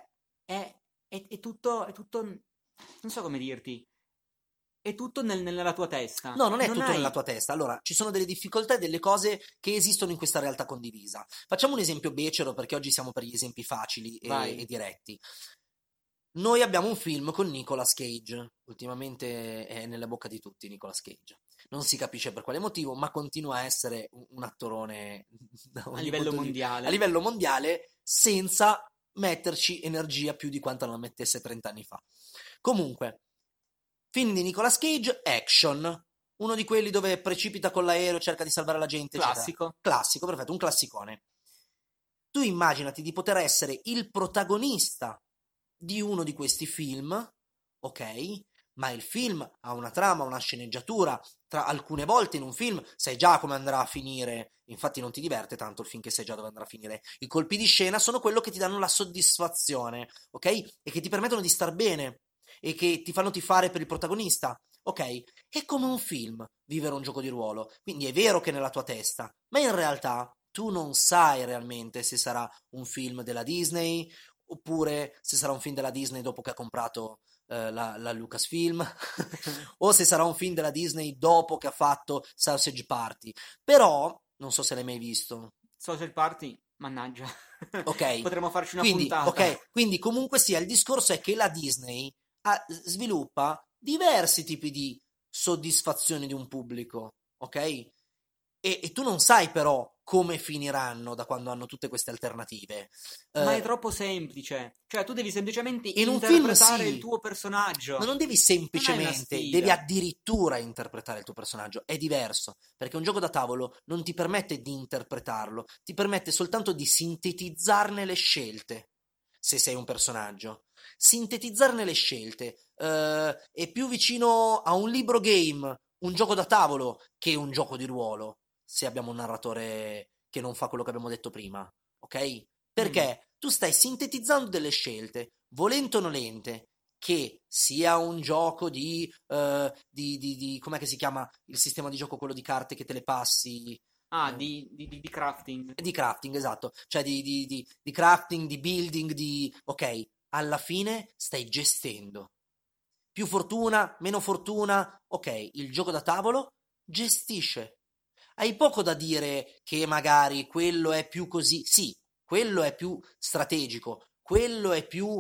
è tutto, non so come dirti, è tutto nella tua testa. No, non è tutto hai- nella tua testa. Allora, ci sono delle difficoltà e delle cose che esistono in questa realtà condivisa. Facciamo un esempio becero, perché oggi siamo per gli esempi facili Vai. e diretti. Noi abbiamo un film con Nicolas Cage. Ultimamente è nella bocca di tutti Nicolas Cage. Non si capisce per quale motivo, ma continua a essere un attorone da A ogni livello punto di- mondiale. a livello mondiale, senza metterci energia più di quanta non la mettesse 30 anni fa. Comunque, film di Nicolas Cage, action. Uno di quelli dove precipita con l'aereo, cerca di salvare la gente, eccetera. Classico. Classico, perfetto, un classicone. Tu immaginati di poter essere il protagonista di uno di questi film, ok? Ma il film ha una trama, una sceneggiatura. Tra alcune volte in un film sai già come andrà a finire, infatti non ti diverte tanto il film che sai già dove andrà a finire. I colpi di scena sono quello che ti danno la soddisfazione, ok? E che ti permettono di star bene e che ti fanno tifare per il protagonista, ok? È come un film vivere un gioco di ruolo, quindi è vero che è nella tua testa, ma in realtà tu non sai realmente se sarà un film della Disney oppure se sarà un film della Disney dopo che ha comprato la Lucasfilm o se sarà un film della Disney dopo che ha fatto Sausage Party. Però Non so se l'hai mai visto. Social Party, mannaggia. Ok. Potremmo farci una Quindi, puntata. ok, quindi comunque sia, il discorso è che la Disney sviluppa diversi tipi di soddisfazioni di un pubblico, ok? E tu non sai però come finiranno da quando hanno tutte queste alternative. Ma è troppo semplice. Cioè, tu devi semplicemente In un film interpretare sì, il tuo personaggio. ma non devi Non è semplicemente, una devi sfida. addirittura interpretare il tuo personaggio. È diverso, perché un gioco da tavolo non ti permette di interpretarlo, ti permette soltanto di sintetizzarne le scelte, se sei un personaggio. Sintetizzarne le scelte. È più vicino a un libro game, un gioco da tavolo, che un gioco di ruolo, se abbiamo un narratore che non fa quello che abbiamo detto prima, ok? Perché tu stai sintetizzando delle scelte, volente o nolente, che sia un gioco di com'è che si chiama il sistema di gioco, quello di carte che te le passi? Ah, di crafting. Di crafting, esatto, cioè di crafting, di building, ok, alla fine stai gestendo. Più fortuna, meno fortuna, ok, il gioco da tavolo gestisce. Hai poco da dire che magari quello è più così, sì, quello è più strategico, quello è più,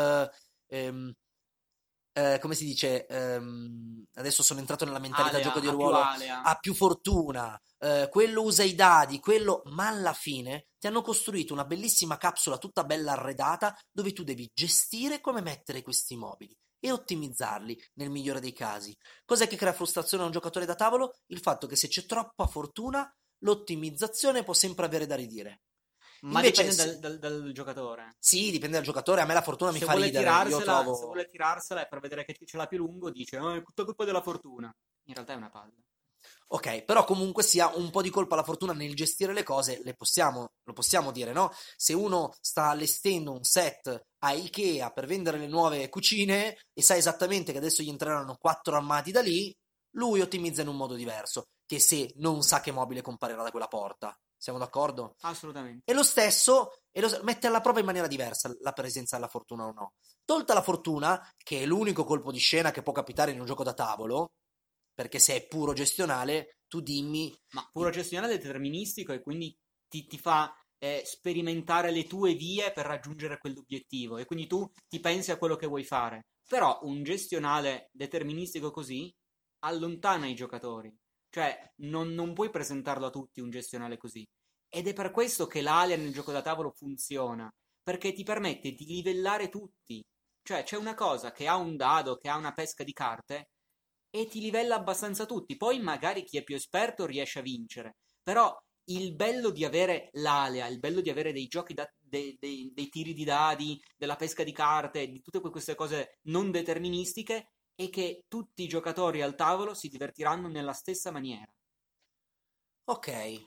come si dice, adesso sono entrato nella mentalità Alea, gioco di ha più ruolo, alea. ha più fortuna, quello usa i dadi, quello, ma alla fine ti hanno costruito una bellissima capsula tutta bella arredata dove tu devi gestire come mettere questi mobili e ottimizzarli nel migliore dei casi. Cos'è che crea frustrazione a un giocatore da tavolo? Il fatto che se c'è troppa fortuna, l'ottimizzazione può sempre avere da ridire. Ma Invece dipende dal giocatore. sì, dipende dal giocatore, a me la fortuna mi Se fa vuole ridere, io tirarsela, trovo... se vuole tirarsela e per vedere che ce l'ha più lungo, dice: "Oh, è tutta colpa della fortuna". In realtà è una palla. Ok, però comunque sia un po' di colpa alla fortuna nel gestire le cose, lo possiamo dire, no? Se uno sta allestendo un set a Ikea per vendere le nuove cucine e sa esattamente che adesso gli entreranno 4 armadi da lì, lui ottimizza in un modo diverso che se non sa che mobile comparirà da quella porta. Siamo d'accordo? Assolutamente. E lo stesso mette alla prova in maniera diversa la presenza della fortuna o no. Tolta la fortuna, che è l'unico colpo di scena che può capitare in un gioco da tavolo, perché se è puro gestionale, tu dimmi... Ma puro gestionale è deterministico e quindi ti fa sperimentare le tue vie per raggiungere quell'obiettivo e quindi tu ti pensi a quello che vuoi fare. Però un gestionale deterministico così allontana i giocatori. Cioè, non puoi presentarlo a tutti un gestionale così. Ed è per questo che l'Alien nel gioco da tavolo funziona. Perché ti permette di livellare tutti. Cioè, c'è una cosa che ha un dado, che ha una pesca di carte, e ti livella abbastanza tutti. Poi magari chi è più esperto riesce a vincere. Però il bello di avere l'alea, il bello di avere dei giochi, dei tiri di dadi, della pesca di carte, di tutte queste cose non deterministiche, è che tutti i giocatori al tavolo si divertiranno nella stessa maniera. Ok,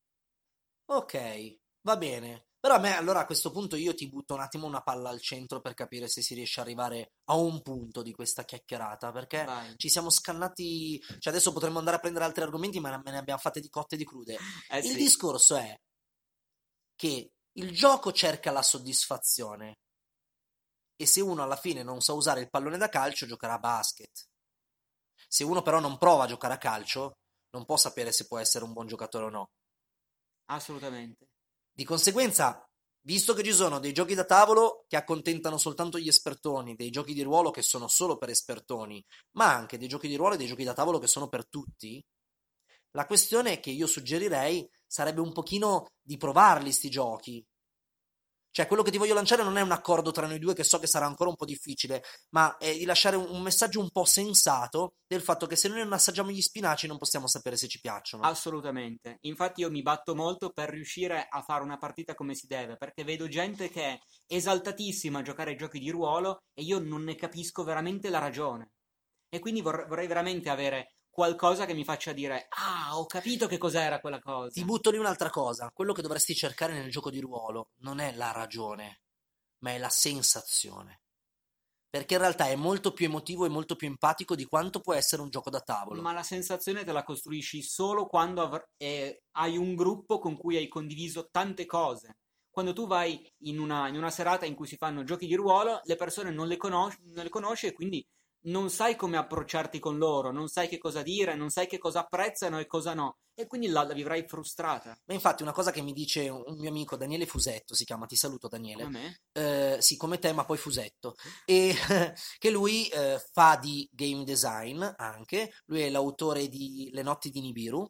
va bene. Però a me, allora a questo punto io ti butto un attimo una palla al centro per capire se si riesce ad arrivare a un punto di questa chiacchierata, perché Vai. ci siamo scannati, cioè adesso potremmo andare a prendere altri argomenti, ma me ne abbiamo fatte di cotte e di crude. Il Sì. discorso è che il gioco cerca la soddisfazione e se uno alla fine non sa usare il pallone da calcio, giocherà a basket. Se uno però non prova a giocare a calcio, non può sapere se può essere un buon giocatore o no. Assolutamente. Di conseguenza, visto che ci sono dei giochi da tavolo che accontentano soltanto gli espertoni, dei giochi di ruolo che sono solo per espertoni, ma anche dei giochi di ruolo e dei giochi da tavolo che sono per tutti, la questione che io suggerirei sarebbe un pochino di provarli sti giochi. Cioè, quello che ti voglio lanciare non è un accordo tra noi due, che so che sarà ancora un po' difficile, ma è di lasciare un messaggio un po' sensato del fatto che se noi non assaggiamo gli spinaci non possiamo sapere se ci piacciono. Assolutamente. Infatti io mi batto molto per riuscire a fare una partita come si deve, perché vedo gente che è esaltatissima a giocare ai giochi di ruolo e io non ne capisco veramente la ragione. E quindi vorrei veramente avere qualcosa che mi faccia dire: ah, ho capito che cos'era quella cosa. Ti butto lì un'altra cosa. Quello che dovresti cercare nel gioco di ruolo non è la ragione, ma è la sensazione. Perché in realtà è molto più emotivo e molto più empatico di quanto può essere un gioco da tavolo. Ma la sensazione te la costruisci solo quando hai un gruppo con cui hai condiviso tante cose. Quando tu vai in una serata in cui si fanno giochi di ruolo, le persone non le conosci e quindi non sai come approcciarti con loro, non sai che cosa dire, non sai che cosa apprezzano e cosa no, e quindi la vivrai frustrata. Ma infatti una cosa che mi dice un mio amico, Daniele Fusetto si chiama, ti saluto Daniele. Come me? Sì, come te, ma poi Fusetto. E che lui fa di game design anche, lui è l'autore di Le notti di Nibiru,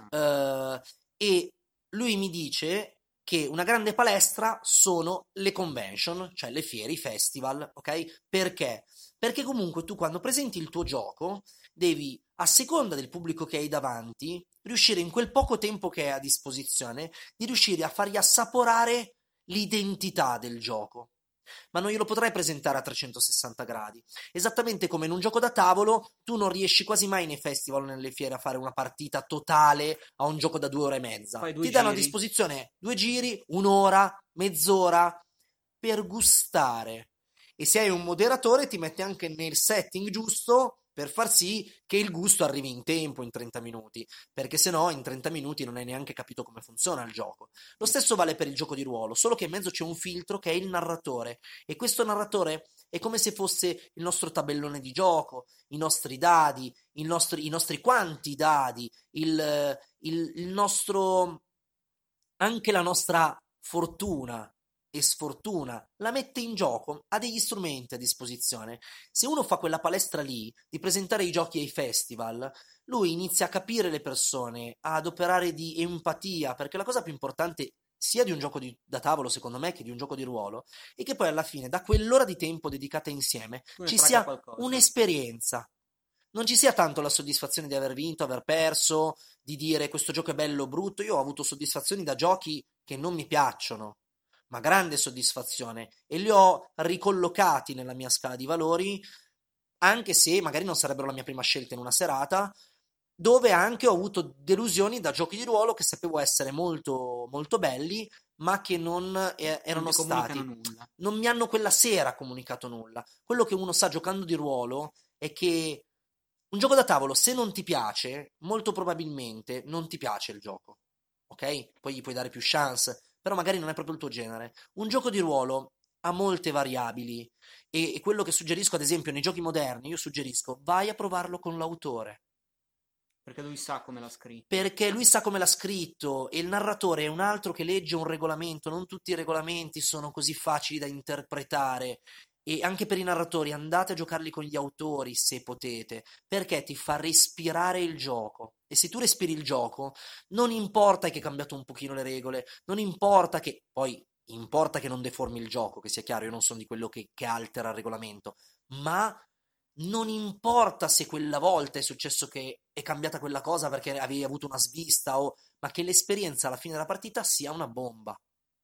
e lui mi dice che una grande palestra sono le convention, cioè le fiere, i festival, ok? Perché? Perché comunque tu quando presenti il tuo gioco devi, a seconda del pubblico che hai davanti, riuscire in quel poco tempo che hai a disposizione, di riuscire a fargli assaporare l'identità del gioco. Ma non glielo potrai presentare a 360 gradi. Esattamente come in un gioco da tavolo, tu non riesci quasi mai nei festival o nelle fiere a fare una partita totale a un gioco da 2 ore e mezza. Ti danno a disposizione 2 giri, 1 ora, mezz'ora, per gustare. E se hai un moderatore ti mette anche nel setting giusto per far sì che il gusto arrivi in tempo, in 30 minuti, perché se no in 30 minuti non hai neanche capito come funziona il gioco. Lo stesso vale per il gioco di ruolo, solo che in mezzo c'è un filtro che è il narratore, e questo narratore è come se fosse il nostro tabellone di gioco, i nostri dadi, i nostri quanti dadi, il nostro, anche la nostra fortuna e sfortuna la mette in gioco, ha degli strumenti a disposizione. Se uno fa quella palestra lì di presentare i giochi ai festival, lui inizia a capire le persone, ad operare di empatia, perché la cosa più importante sia di un gioco da tavolo, secondo me, che di un gioco di ruolo, è che poi alla fine, da quell'ora di tempo dedicata insieme, ci sia un'esperienza. Non ci sia tanto la soddisfazione di aver vinto, aver perso, di dire questo gioco è bello o brutto. Io ho avuto soddisfazioni da giochi che non mi piacciono, ma grande soddisfazione, e li ho ricollocati nella mia scala di valori, anche se magari non sarebbero la mia prima scelta in una serata, dove anche ho avuto delusioni da giochi di ruolo che sapevo essere molto, molto belli, ma che non erano stati, non mi hanno quella sera comunicato nulla. Quello che uno sa giocando di ruolo è che un gioco da tavolo, se non ti piace, molto probabilmente non ti piace il gioco, ok? Poi gli puoi dare più chance, però magari non è proprio il tuo genere. Un gioco di ruolo ha molte variabili, e quello che suggerisco, ad esempio, nei giochi moderni, io suggerisco vai a provarlo con l'autore. Perché lui sa come l'ha scritto. Perché lui sa come l'ha scritto, e il narratore è un altro che legge un regolamento. Non tutti i regolamenti sono così facili da interpretare. E anche per i narratori andate a giocarli con gli autori se potete, perché ti fa respirare il gioco. E se tu respiri il gioco, non importa che hai cambiato un pochino le regole, non importa che poi importa che non deformi il gioco, che sia chiaro, io non sono di quello che altera il regolamento, ma non importa se quella volta è successo che è cambiata quella cosa perché avevi avuto una svista, ma che l'esperienza alla fine della partita sia una bomba.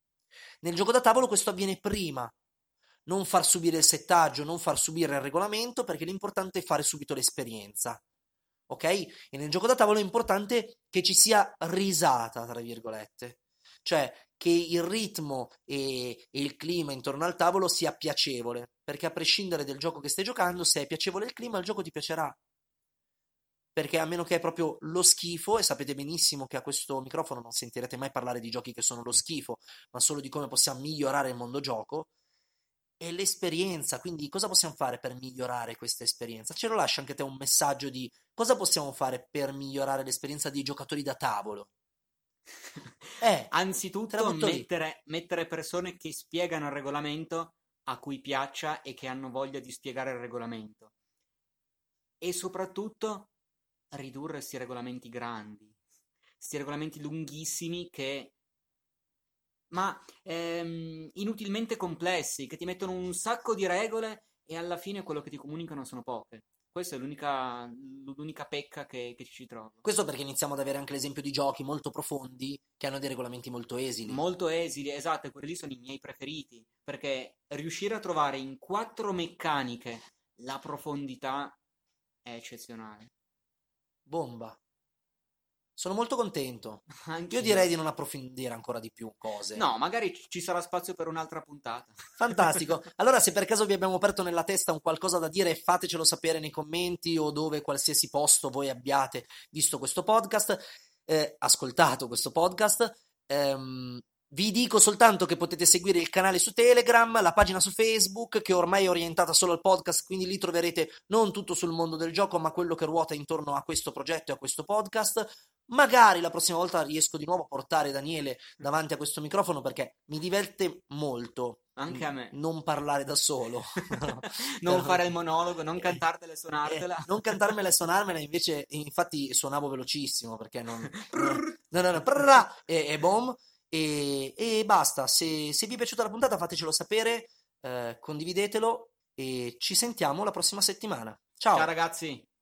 Nel gioco da tavolo questo avviene prima. Non far subire il settaggio, non far subire il regolamento, perché l'importante è fare subito l'esperienza, ok? E nel gioco da tavolo è importante che ci sia risata, tra virgolette, cioè che il ritmo e il clima intorno al tavolo sia piacevole, perché a prescindere del gioco che stai giocando, se è piacevole il clima, il gioco ti piacerà. Perché a meno che è proprio lo schifo, e sapete benissimo che a questo microfono non sentirete mai parlare di giochi che sono lo schifo, ma solo di come possiamo migliorare il mondo gioco, è l'esperienza. Quindi cosa possiamo fare per migliorare questa esperienza? Ce lo lascia anche te un messaggio di cosa possiamo fare per migliorare l'esperienza dei giocatori da tavolo? Anzitutto mettere persone che spiegano il regolamento, a cui piaccia e che hanno voglia di spiegare il regolamento, e soprattutto ridurre questi regolamenti grandi, questi regolamenti lunghissimi ma inutilmente complessi, che ti mettono un sacco di regole e alla fine quello che ti comunicano sono poche. Questa è l'unica pecca che ci trovo. Questo perché iniziamo ad avere anche l'esempio di giochi molto profondi che hanno dei regolamenti molto esili. Molto esili, esatto, e quelli lì sono i miei preferiti, perché riuscire a trovare in 4 meccaniche la profondità è eccezionale. Bomba. Sono molto contento. Anch'io. Io direi di non approfondire ancora di più cose. No, magari ci sarà spazio per un'altra puntata. Fantastico. Allora, se per caso vi abbiamo aperto nella testa un qualcosa da dire, fatecelo sapere nei commenti o dove qualsiasi posto voi abbiate visto questo podcast, ascoltato questo podcast. Vi dico soltanto che potete seguire il canale su Telegram, la pagina su Facebook, che ormai è orientata solo al podcast, quindi lì troverete non tutto sul mondo del gioco, ma quello che ruota intorno a questo progetto e a questo podcast. Magari la prossima volta riesco di nuovo a portare Daniele davanti a questo microfono, perché mi diverte molto Anche a me. non parlare da solo. Non fare il monologo, non cantartela e suonartela. Non cantarmela e suonarmela, infatti suonavo velocissimo, perché non e boom. E basta, se vi è piaciuta la puntata fatecelo sapere, condividetelo e ci sentiamo la prossima settimana. Ciao Ciao ragazzi.